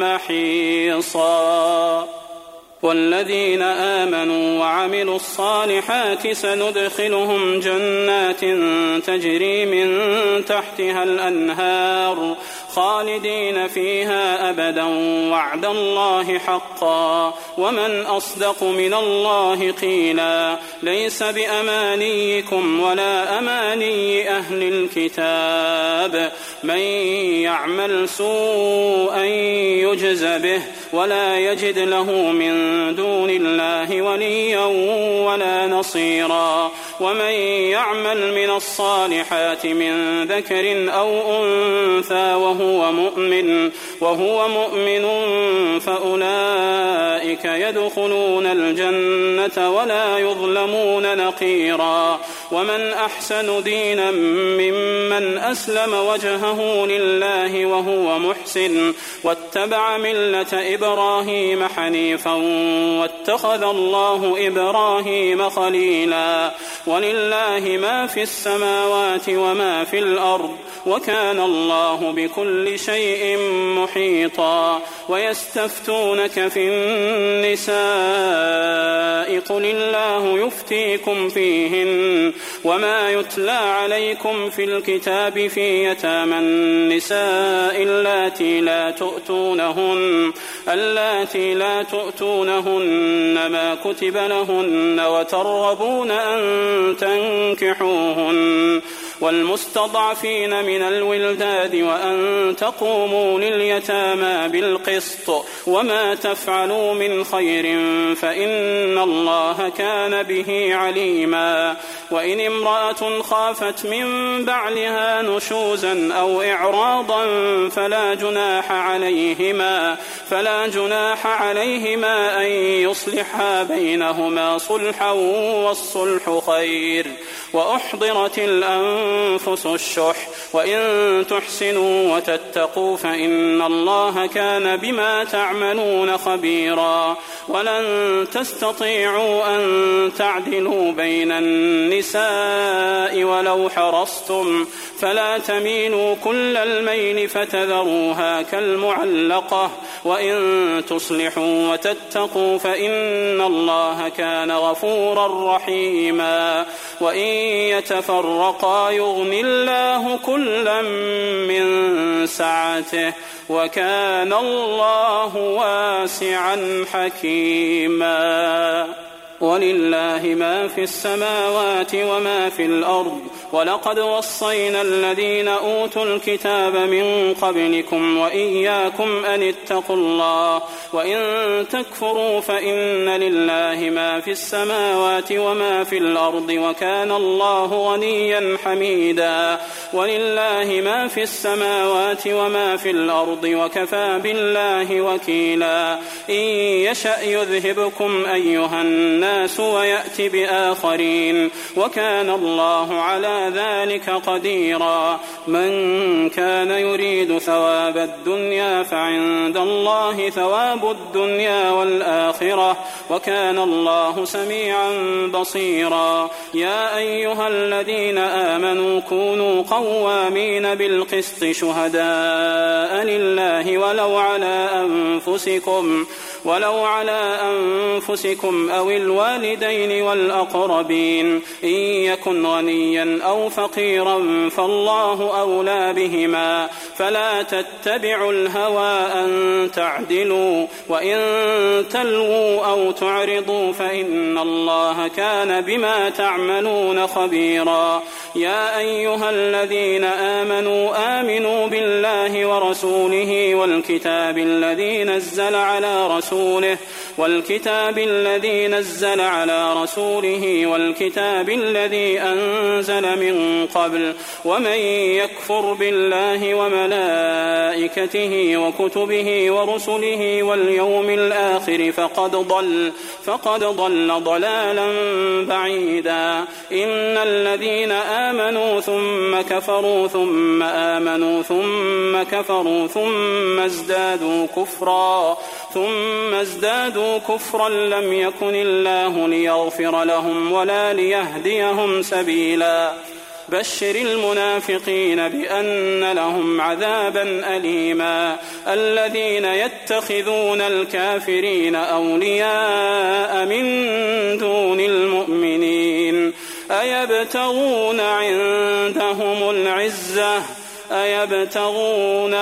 محيصا والذين آمنوا وعملوا الصالحات سندخلهم جنات تجري من تحتها الأنهار خالدين فيها أبدا وعد الله حقا ومن أصدق من الله قيلا ليس بأمانيكم ولا أماني أهل الكتاب من يعمل سوءا يجز به ولا يجد له من دون الله وليا ولا نصيرا ومن يعمل من الصالحات من ذكر أو أنثى وهو مؤمن وهو مؤمن فأولئك يدخلون الجنة ولا يظلمون نقيرا ومن أحسن دينا ممن أسلم وجهه لله وهو محسن واتبع ملة إبراهيم حنيفا واتخذ الله إبراهيم خليلا ولله ما في السماوات وما في الأرض وكان الله بكل شيء محيطا ويستفتونك في النساء قل الله يفتيكم فيهن وما يتلى عليكم في الكتاب في يتامى النساء اللاتي لا تؤتونهن اللاتي لا تؤتونهن ما كتب لهن وترغبون أن تنكحوهن والمستضعفين من الولدان وأن تقوموا لليتامى بالقسط وما تفعلوا من خير فإن الله كان به عليما وإن امرأة خافت من بعلها نشوزا أو إعراضا فلا جناح عليهما فلا جناح عليهما أن يصلحا بينهما صلحا والصلح خير وأحضرت الأنفس الشح وإن تحسنوا وتتقوا فإن الله كان بما تعملون خبيرا ولن تستطيعوا أن تعدلوا بين النساء ولو حرصتم فلا تميلوا كل الميل فتذروها كالمعلقة وإن تصلحوا وتتقوا فإن الله كان غفورا رحيما وإن يتفرقا يغن الله كلا من سعته وكان الله واسعا حكيما ولله ما في السماوات وما في الأرض ولقد وصينا الذين أوتوا الكتاب من قبلكم وإياكم أن اتقوا الله وإن تكفروا فإن لله ما في السماوات وما في الأرض وكان الله غنيا حميدا ولله ما في السماوات وما في الأرض وكفى بالله وكيلا إن يشأ يذهبكم أيها الناس ويأتي بآخرين وكان الله على ذلك قديرا من كان يريد ثواب الدنيا فعند الله ثواب الدنيا والآخرة وكان الله سميعا بصيرا يا أيها الذين آمنوا كونوا قوامين بالقسط شهداء لله ولو على أنفسكم ولو على أنفسكم أو الوالدين والأقربين إن يكن غنيا أو فقيرا فالله أولى بهما فلا تتبعوا الهوى أن تعدلوا وإن تلووا أو تعرضوا فإن الله كان بما تعملون خبيرا يا أيها الذين آمنوا آمنوا بالله ورسوله والكتاب الذي نزل على رسوله والكتاب الذي نزل على رسوله والكتاب الذي أنزل من قبل ومن يكفر بالله وملائكته وكتبه ورسله واليوم الآخر فقد ضل فقد ضل ضلالا بعيدا إن الذين آمنوا ثم كفروا ثم آمنوا ثم كفروا ثم ازدادوا كفرا ثم ازدادوا كفرا لم يكن الله ليغفر لهم ولا ليهديهم سبيلا بشر المنافقين بأن لهم عذابا أليما الذين يتخذون الكافرين أولياء من دون المؤمنين أيبتغون عندهم العزة أيبتغون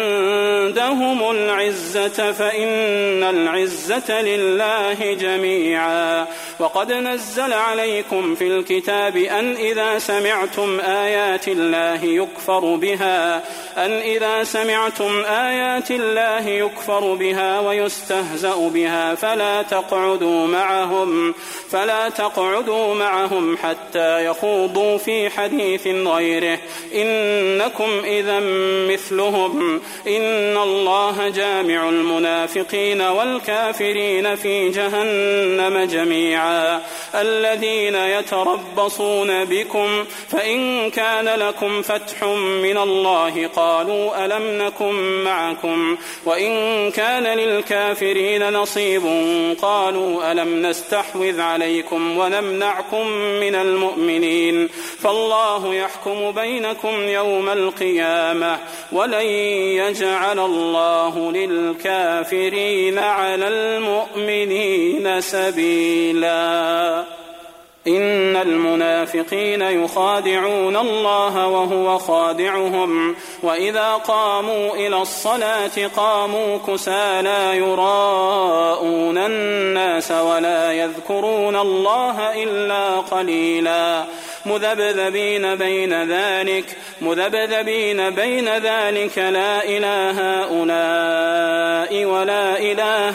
عندهم العزة فإن العزة لله جميعا وقد نزل عليكم في الكتاب أن إذا سمعتم آيات الله يكفر بها أن إذا سمعتم آيات الله يكفر بها ويستهزأ بها فلا تقعدوا معهم فلا تقعدوا معهم حتى يخوضوا في حديث غيره إنكم إذا مثلهم إن الله جامع المنافقين والكافرين في جهنم جميعا الذين يتربصون بكم فإن كان لكم فتح من الله قالوا ألم نكن معكم وإن كان للكافرين نصيب قالوا ألم نستحوذ عليكم ونمنعكم من المؤمنين فالله يحكم بينكم يوم القيامة ولن يجعل الله للكافرين على المؤمنين سبيلا إن المنافقين يخادعون الله وهو خادعهم وإذا قاموا إلى الصلاة قاموا كسالى يراءون الناس ولا يذكرون الله إلا قليلا مذبذبين بين ذلك مذبذبين بين ذلك لا إله هؤلاء ولا إله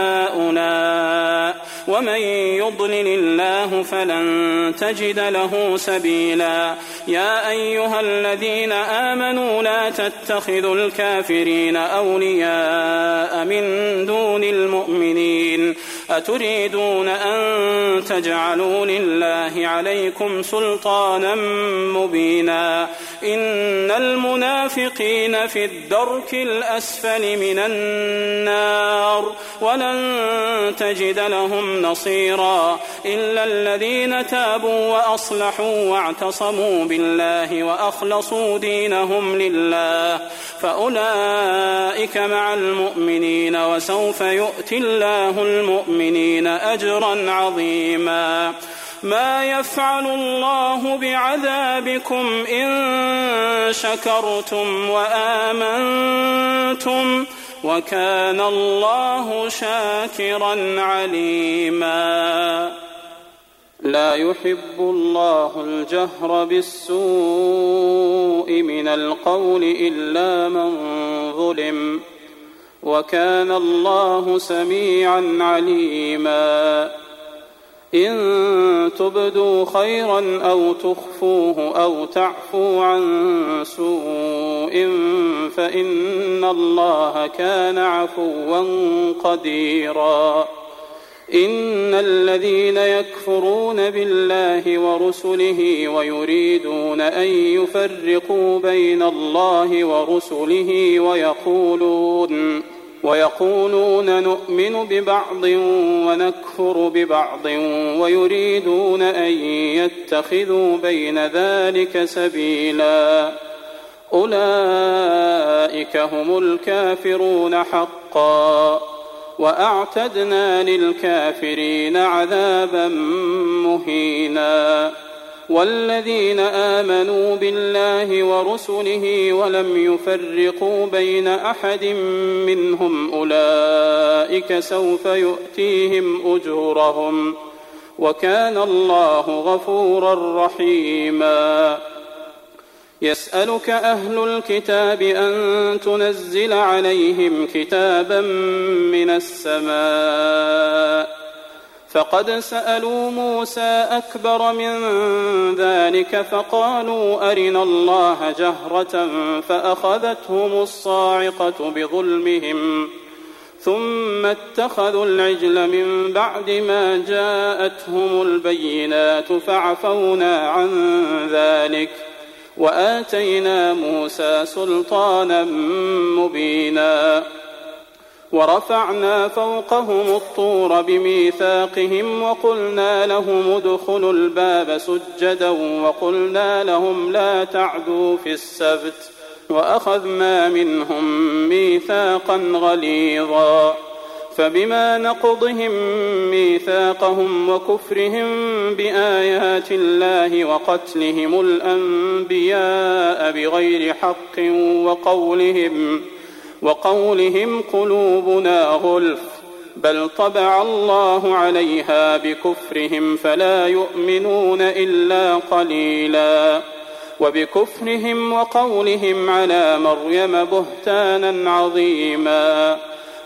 هؤلاء ومن يضلل الله فلن تجد له سبيلا يا أيها الذين آمنوا لا تتخذوا الكافرين أولياء من دون المؤمنين أتريدون أن تجعلوا لله عليكم سلطانا مبينا إن المنافقين في الدرك الأسفل من النار ولن تجد لهم نصيرا إلا الذين تابوا وأصلحوا واعتصموا بالله وأخلصوا دينهم لله فأولئك مع المؤمنين وسوف يؤتي الله المؤمنين أجرا عظيما ما يفعل الله بعذابكم إن شكرتم وآمنتم وكان الله شاكرا عليما لا يحب الله الجهر بالسوء من القول إلا من ظلم وكان الله سميعا عليما إن تبدوا خيرا أو تخفوه أو تعفوا عن سوء فإن الله كان عفوا قديرا إن الذين يكفرون بالله ورسله ويريدون أن يفرقوا بين الله ورسله ويقولون ويقولون نؤمن ببعض ونكفر ببعض ويريدون أن يتخذوا بين ذلك سبيلا أولئك هم الكافرون حقا وأعتدنا للكافرين عذابا مهينا والذين آمنوا بالله ورسله ولم يفرقوا بين أحد منهم أولئك سوف يؤتيهم أجورهم وكان الله غفورا رحيما يسألك أهل الكتاب أن تنزل عليهم كتابا من السماء فقد سألوا موسى أكبر من ذلك فقالوا أرنا الله جهرة فأخذتهم الصاعقة بظلمهم ثم اتخذوا العجل من بعد ما جاءتهم البينات فعفونا عن ذلك وآتينا موسى سلطانا مبينا ورفعنا فوقهم الطور بميثاقهم وقلنا لهم ادخلوا الباب سجدا وقلنا لهم لا تعدوا في السبت وأخذنا منهم ميثاقا غليظا فبما نقضهم ميثاقهم وكفرهم بآيات الله وقتلهم الأنبياء بغير حق وقولهم وقولهم قلوبنا غلف بل طبع الله عليها بكفرهم فلا يؤمنون إلا قليلا وبكفرهم وقولهم على مريم بهتانا عظيما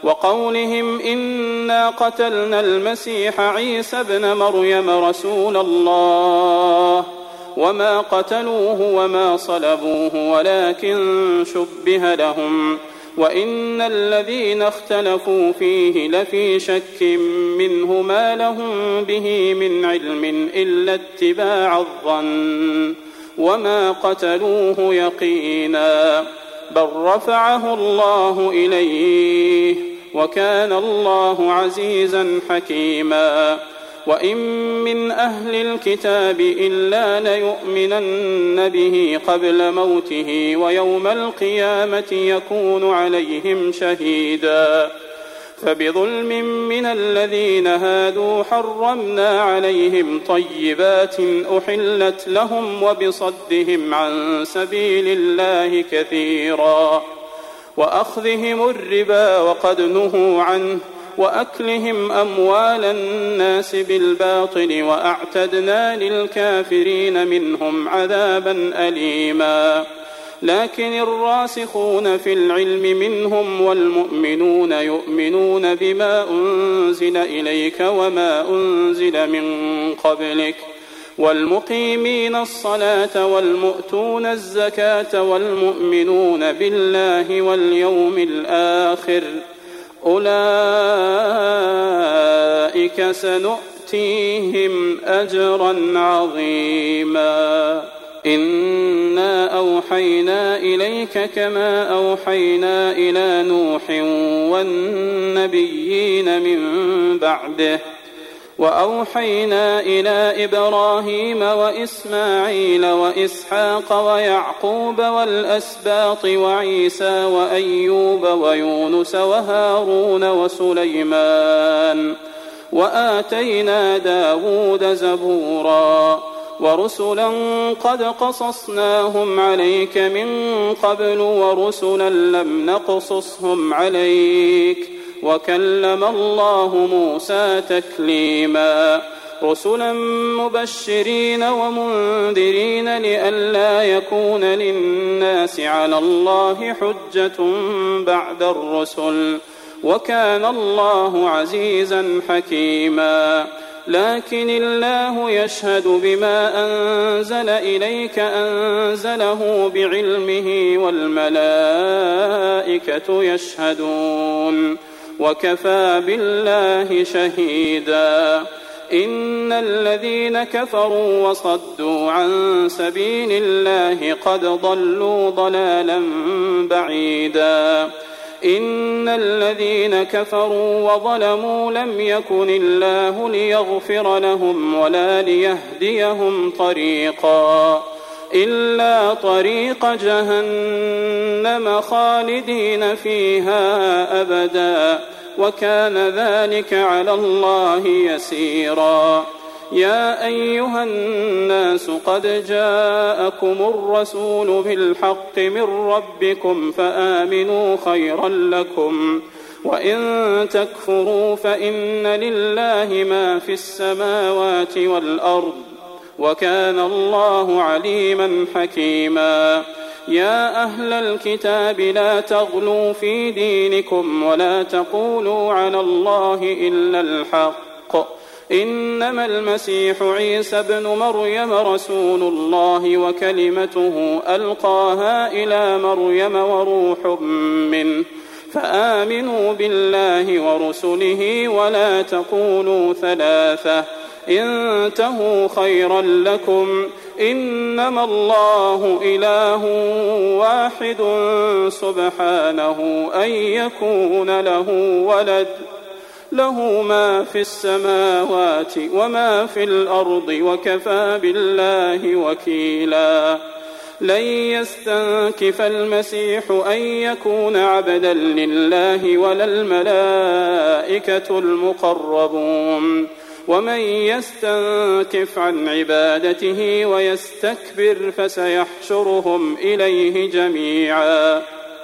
وقولهم إنا قتلنا المسيح عيسى ابن مريم رسول الله وما قتلوه وما صلبوه ولكن شبه لهم وإن الذين اختلفوا فيه لفي شك منه ما لهم به من علم إلا اتباع الظن وما قتلوه يقينا بل رفعه الله إليه وكان الله عزيزا حكيما وإن من أهل الكتاب إلا ليؤمنن به قبل موته ويوم القيامة يكون عليهم شهيدا فبظلم من الذين هادوا حرمنا عليهم طيبات أحلت لهم وبصدهم عن سبيل الله كثيرا وأخذهم الربا وقد نهوا عنه وأكلهم أموال الناس بالباطل وأعتدنا للكافرين منهم عذابا أليما لكن الراسخون في العلم منهم والمؤمنون يؤمنون بما أنزل إليك وما أنزل من قبلك والمقيمين الصلاة والمؤتون الزكاة والمؤمنون بالله واليوم الآخر أولئك سنؤتيهم أجرا عظيما إنا أوحينا إليك كما أوحينا إلى نوح والنبيين من بعده وأوحينا إلى إبراهيم وإسماعيل وإسحاق ويعقوب والأسباط وعيسى وأيوب ويونس وهارون وسليمان وآتينا داود زبورا ورسلا قد قصصناهم عليك من قبل ورسلا لم نقصصهم عليك وكلم الله موسى تكليما رسلا مبشرين ومنذرين لئلا يكون للناس على الله حجة بعد الرسل وكان الله عزيزا حكيما لكن الله يشهد بما أنزل إليك أنزله بعلمه والملائكة يشهدون وكفى بالله شهيدا إن الذين كفروا وصدوا عن سبيل الله قد ضلوا ضلالا بعيدا إن الذين كفروا وظلموا لم يكن الله ليغفر لهم ولا ليهديهم طريقا إلا طريق جهنم خالدين فيها أبدا وكان ذلك على الله يسيرا يا أيها الناس قد جاءكم الرسول بالحق من ربكم فآمنوا خيرا لكم وإن تكفروا فإن لله ما في السماوات والأرض وكان الله عليما حكيما. يا أهل الكتاب لا تغلوا في دينكم ولا تقولوا على الله إلا الحق، إنما المسيح عيسى ابن مريم رسول الله وكلمته ألقاها إلى مريم وروح منه، فآمنوا بالله ورسله ولا تقولوا ثلاثة، انتهوا خيرا لكم، إنما الله إله واحد سبحانه أن يكون له ولد، له ما في السماوات وما في الأرض وكفى بالله وكيلا. لن يستنكف المسيح أن يكون عبدا لله ولا الملائكة المقربون، ومن يستنكف عن عبادته ويستكبر فسيحشرهم إليه جميعا.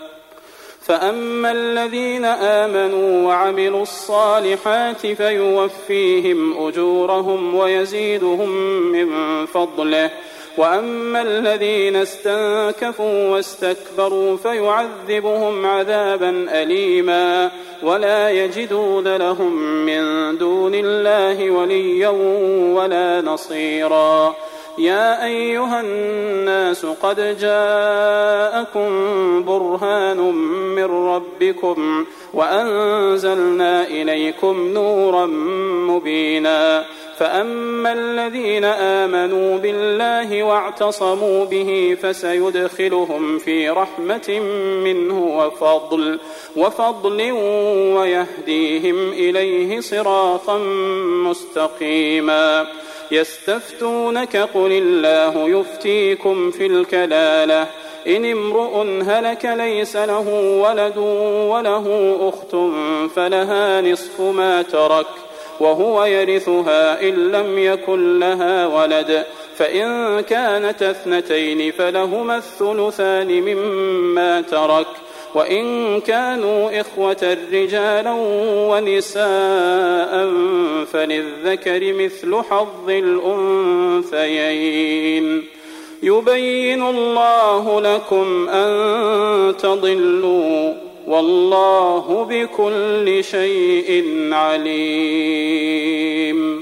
فأما الذين آمنوا وعملوا الصالحات فيوفيهم أجورهم ويزيدهم من فضله، وأما الذين استنكفوا واستكبروا فيعذبهم عذابا أليما ولا يجدون لهم من دون الله وليا ولا نصيرا. يا أيها الناس قد جاءكم برهان من ربكم وأنزلنا إليكم نورا مبينا. فأما الذين آمنوا بالله واعتصموا به فسيدخلهم في رحمة منه وفضل, وفضل ويهديهم إليه صراطا مستقيما. يستفتونك قل الله يفتيكم في الكلالة إن امرؤ هلك ليس له ولد وله أخت فلها نصف ما ترك وهو يرثها إن لم يكن لها ولد، فإن كانت اثنتين فلهما الثلثان مما ترك، وإن كانوا إخوة رجالا ونساء فللذكر مثل حظ الأنثيين. يبين الله لكم أن تضلوا والله بكل شيء عليم.